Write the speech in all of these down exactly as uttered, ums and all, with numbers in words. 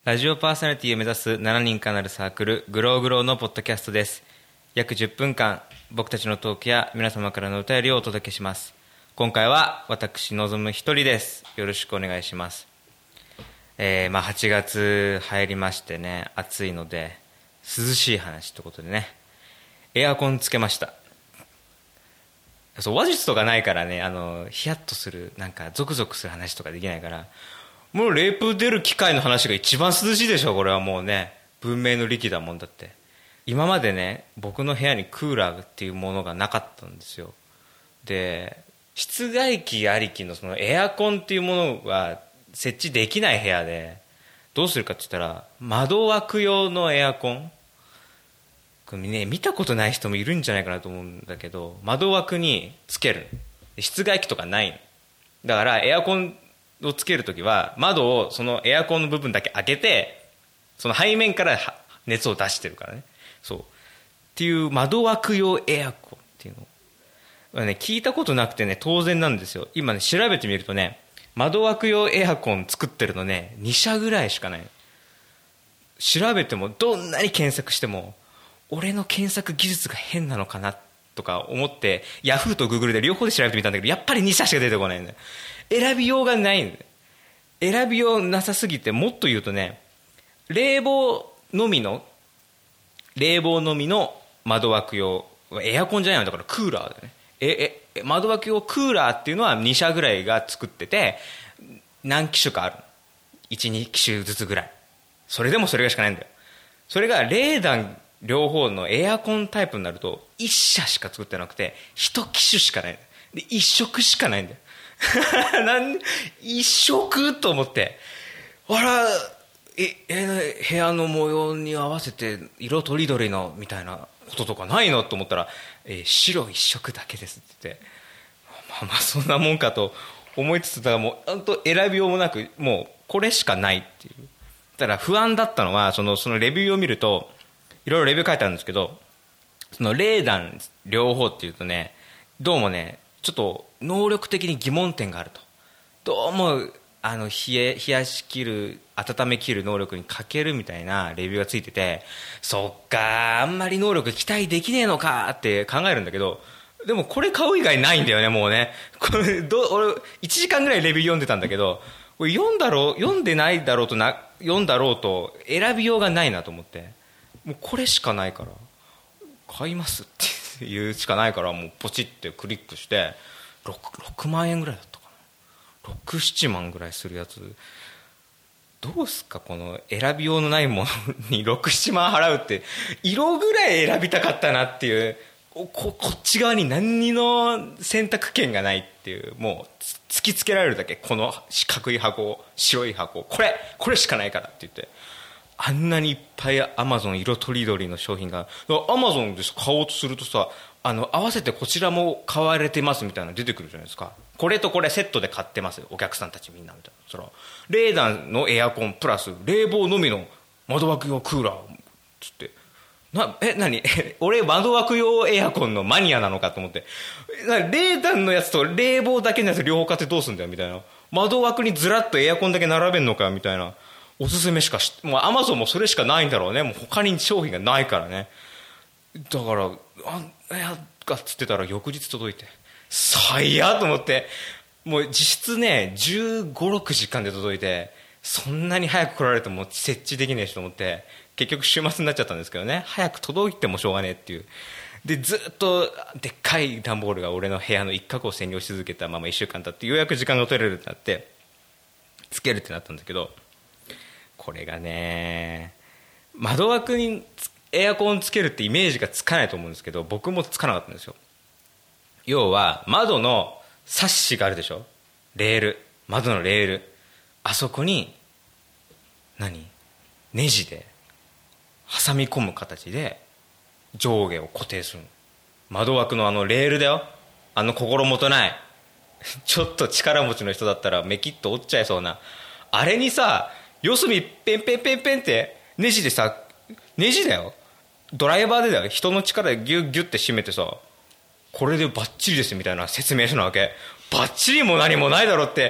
ラジオパーソナリティを目指すしちにんからなるサークルグローグローのポッドキャストです。約じゅっぷんかん僕たちのトークや皆様からのお便りをお届けします。今回は私のぞむ一人です。よろしくお願いします。えー、まあはちがつ入りましてね、暑いので涼しい話ということでね、エアコンつけました。そう話術とかないからね、あのヒヤッとするなんかゾクゾクする話とかできないから、もう冷風出る機械の話が一番涼しいでしょ。これはもうね、文明の利器だもんだって。今までね、僕の部屋にクーラーっていうものがなかったんですよ。で、室外機ありきのそのエアコンっていうものが設置できない部屋で、どうするかって言ったら窓枠用のエアコン、これね、見たことない人もいるんじゃないかなと思うんだけど、窓枠につける、室外機とかないのだから、エアコンをつけるときは窓をそのエアコンの部分だけ開けて、その背面から熱を出してるからね。そうっていう窓枠用エアコンっていうの、ね、聞いたことなくてね、当然なんですよ。今ね、調べてみるとね、窓枠用エアコン作ってるのねにしゃぐらいしかない。調べてもどんなに検索しても、俺の検索技術が変なのかなとか思ってヤフーとグーグルで両方で調べてみたんだけど、やっぱりにしゃしか出てこないんだよ。選びようがないんだよ。選びようなさすぎて、もっと言うとね、冷房のみの冷房のみの窓枠用エアコンじゃないのだからクーラーだよね。ええ窓枠用クーラーっていうのはにしゃぐらいが作ってて、何機種かある、いち、にきしゅずつぐらい。それでもそれがしかないんだよ。それが冷暖両方のエアコンタイプになるといっしゃしか作ってなくて、いち機種しかないで、いっ色しかないんだよなん一色と思って、あらええ部屋の模様に合わせて色とりどりのみたいなこととかないのと思ったら、え白一色だけですって言って、まあまあそんなもんかと思いつつ、だからもう本当選びようもなく、もうこれしかないっていう。ただ不安だったのは、そのそのレビューを見るといろいろレビュー書いてあるんですけど、その冷暖両方っていうとね、どうもね、ちょっと能力的に疑問点があると。どうもあの冷え冷やしきる温めきる能力に欠けるみたいなレビューがついてて、そっか、あんまり能力期待できねえのかって考えるんだけど、でもこれ買う以外ないんだよね、もうね。これど俺いちじかんぐらいレビュー読んでたんだけど、これ読んだろう読んでないだろうとな読んだろうと選びようがないなと思って、もうこれしかないから買いますって言うしかないから、もうポチってクリックして、 6, ろくまんえんぐらいだったかな、ろく、ななまんぐらいするやつ。どうすか、この選びようのないものにろく、ななまん払うって。色ぐらい選びたかったなっていう、こ, こっち側に何の選択権がないっていう、もう突きつけられるだけ、この四角い箱、白い箱、これこれしかないからって言って、あんなにいっぱいアマゾン色とりどりの商品が、アマゾンで買おうとするとさ、あの合わせてこちらも買われてますみたいなの出てくるじゃないですか。これとこれセットで買ってますお客さんたちみんなみたいな。その冷暖のエアコンプラス冷房のみの窓枠用クーラーつって、なえ何俺窓枠用エアコンのマニアなのかと思って、冷暖のやつと冷房だけのやつ両方買ってどうすんだよみたいな。窓枠にずらっとエアコンだけ並べんのかみたいな。おすすめしかし、もうアマゾンもそれしかないんだろうね。もう他に商品がないからね。だからあいやがっつってたら翌日届いて、最悪と思って、もう実質ねじゅうご、ろくじかんで届いて、そんなに早く来られても設置できねえしと思って、結局週末になっちゃったんですけどね。早く届いてもしょうがねえっていう。でずっとでっかい段ボールが俺の部屋の一角を占領し続けたままいっしゅうかん経って、ようやく時間が取れるってなってつけるってなったんだけど、これがね、窓枠にエアコンつけるってイメージがつかないと思うんですけど、僕もつかなかったんですよ。要は窓のサッシがあるでしょ、レール、窓のレール、あそこに何ネジで挟み込む形で上下を固定するの。窓枠のあのレールだよ、あの心もとないちょっと力持ちの人だったらメキッと折っちゃいそうなあれにさ、四隅ペンペンペンペンってネジでさ、ネジだよ、ドライバーでだよ、人の力でギュッギュッて締めてさ、これでバッチリですみたいな説明書なわけ。バッチリも何もないだろって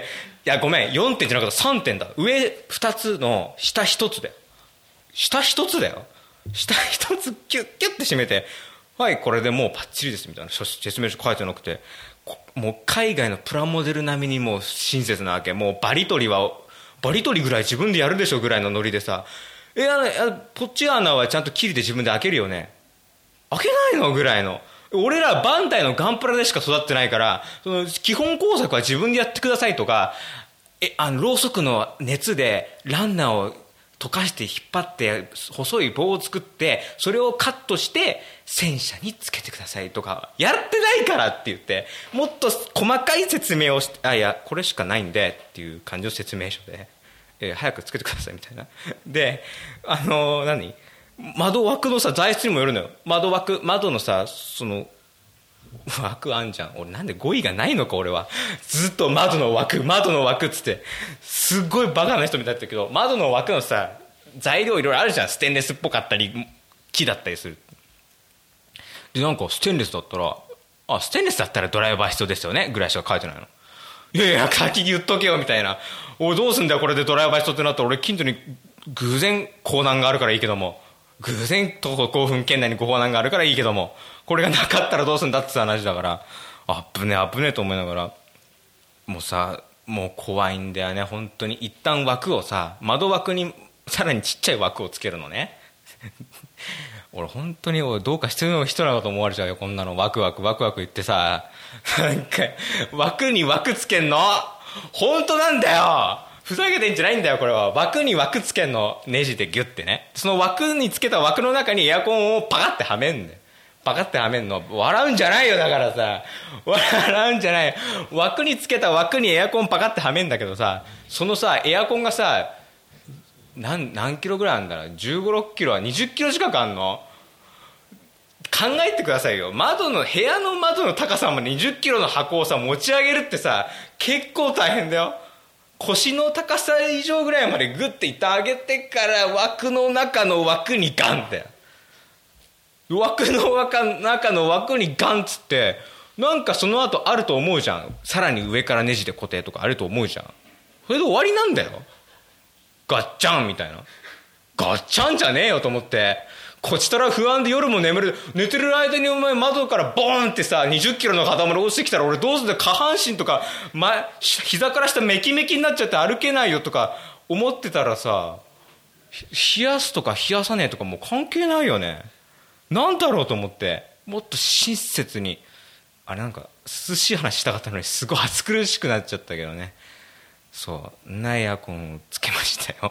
やごめんよんてんじゃなかったさんてんだ。上ふたつの下ひとつだよ。下ひとつだよ。下ひとつキュッキュッて締めて、はいこれでもうパッチリですみたいな説明書書いてなくて、もう海外のプラモデル並みにもう親切なわけ。もうバリ取りはバリ取りぐらい自分でやるでしょぐらいのノリでさ、いやポッチ穴はちゃんとキリで自分で開けるよね、開けないのぐらいの。俺らバンダイのガンプラでしか育ってないから、その基本工作は自分でやってくださいとか、えあのろうそくの熱でランナーを溶かして引っ張って細い棒を作ってそれをカットして戦車につけてくださいとかやってないからって言って、もっと細かい説明をして、あいやこれしかないんでっていう感じの説明書で、えー、早くつけてくださいみたいな。であのー、何窓枠のさ材質にもよるのよ。窓枠窓のさその枠あんじゃん。俺なんで語彙がないのか。俺はずっと窓の枠窓の枠っつってすっごいバカな人みたいだったけど、窓の枠のさ材料いろいろあるじゃん。ステンレスっぽかったり木だったりする。でなんかステンレスだったらあステンレスだったらドライバー必要ですよねぐらいしか書いてないの。いやいや先に言っとけよみたいな。おいどうすんだよこれでドライバー必要ってなったら、俺近所に偶然港南があるからいいけども、偶然徒歩ごふん圏内に港南があるからいいけども、これがなかったらどうすんだって話だから、あぶねあぶねと思いながら、もうさもう怖いんだよね本当に。一旦枠をさ窓枠にさらにちっちゃい枠をつけるのね俺本当にどうかしてる人なのかと思われちゃうよこんなの。ワクワクワクワク言ってさ、なんか枠に枠つけんの本当なんだよ。ふざけてんじゃないんだよこれは。枠に枠つけんの、ネジでギュッてね。その枠につけた枠の中にエアコンをパカッてはめんだよ。パカッてはめんの。笑うんじゃないよだからさ、笑うんじゃない。枠につけた枠にエアコンパカッてはめんだけどさ、そのさエアコンがさ何, 何キロぐらいあるんだろう。じゅうご、ろっキロはにじゅっキロ近くあんの。考えてくださいよ。窓の部屋の窓の高さまでにじゅっキロの箱をさ持ち上げるってさ結構大変だよ。腰の高さ以上ぐらいまでグッていって上げてから枠の中の枠にガンって、枠の中の枠にガンっつってなんかその後あると思うじゃん。さらに上からネジで固定とかあると思うじゃん。それで終わりなんだよ。ガッチャンみたいな。ガッチャンじゃねえよと思って、こちとら不安で夜も眠る。寝てる間にお前窓からボーンってさにじゅっキロの塊落ちてきたら俺どうするんだ。下半身とか、ま、膝から下メキメキになっちゃって歩けないよとか思ってたらさ、冷やすとか冷やさねえとかもう関係ないよね。なんだろうと思って、もっと親切に。あれなんか涼しい話したかったのにすごい暑苦しくなっちゃったけどね。そうなエアコンをつけましたよ。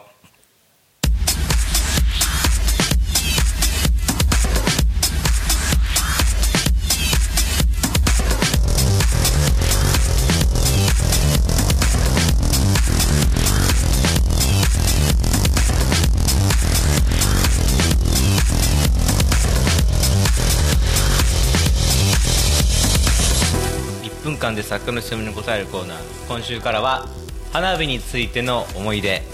いっぷんかんで作家の質問に答えるコーナー。今週からは花火についての思い出。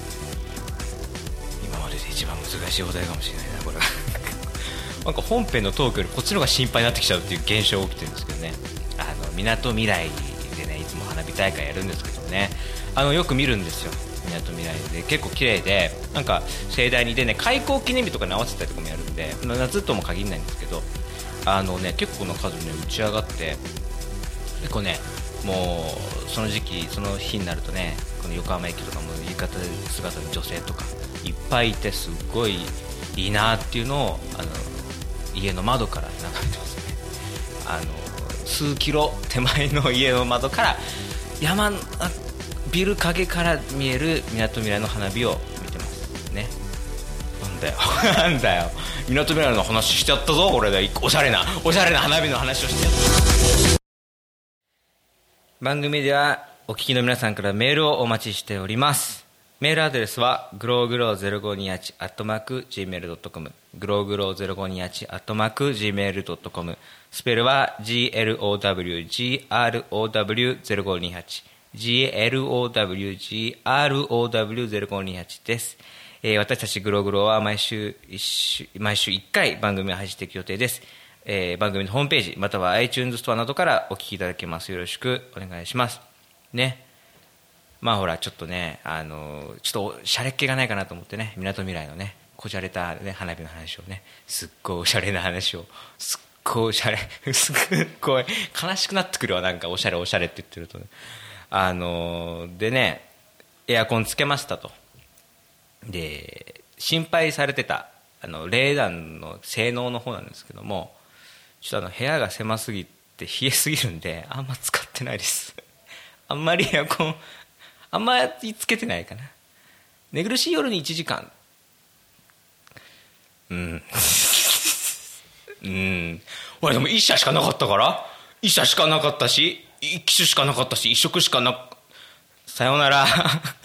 今までで一番難しいお題かもしれないなこれなんか本編のトークよりこっちの方が心配になってきちゃうっていう現象が起きてるんですけどね。あのみなとみらいでねいつも花火大会やるんですけどね、あのよく見るんですよ。みなとみらいで結構綺麗で、なんか盛大にでね開校記念日とかに合わせたりとかもやるんで、夏とも限らないんですけど、あのね結構な数ね打ち上がって、結構ねもうその時期その日になるとね、この横浜駅とかも浴衣姿の女性とかいっぱいいて、すっごいいいなっていうのをあの家の窓から眺めてますね。あの数キロ手前の家の窓から山ビル陰から見えるみなとみらいの花火を見てますね。なんだよなんだよみなとみらいの話しちゃったぞこれで。おしゃれなおしゃれな花火の話をしてやった。番組ではお聞きの皆さんからメールをお待ちしております。メールアドレスはグローグローゼロごにはちアットマーク ジーメールドットコム、 グローグローゼロごにはちアットマーク ジーメールドットコム、 スペルは ジーエルオーダブリュージーアールオーダブリューゼロごにはち ジーエルオーダブリュージーアールオーダブリューゼロごにはち です。えー、私たちグローグローは毎週1週毎週いっかい番組を配信していく予定です。えー、番組のホームページまたは iTunes ストアなどからお聞きいただけます。よろしくお願いしますね。 まあほらちょっとね、あのちょっとシャレっ気がないかなと思ってね、みなとみらいのねこじゃれた、ね、花火の話をね、すっごいおしゃれな話をすっごいおしゃれすっごい悲しくなってくるわ、なんかおしゃれおしゃれって言ってると、ね、あのでね、エアコンつけましたと。で心配されてたあの冷暖の性能の方なんですけども、ちょっとあの部屋が狭すぎて冷えすぎるんであんま使ってないですあんまりエアコンあんまりつけてないかな。寝苦しい夜にいちじかん、うんうん俺でもいっ社しかなかったからいっ社しかなかったしいっ機種しかなかったしいっ色しかな、さようなら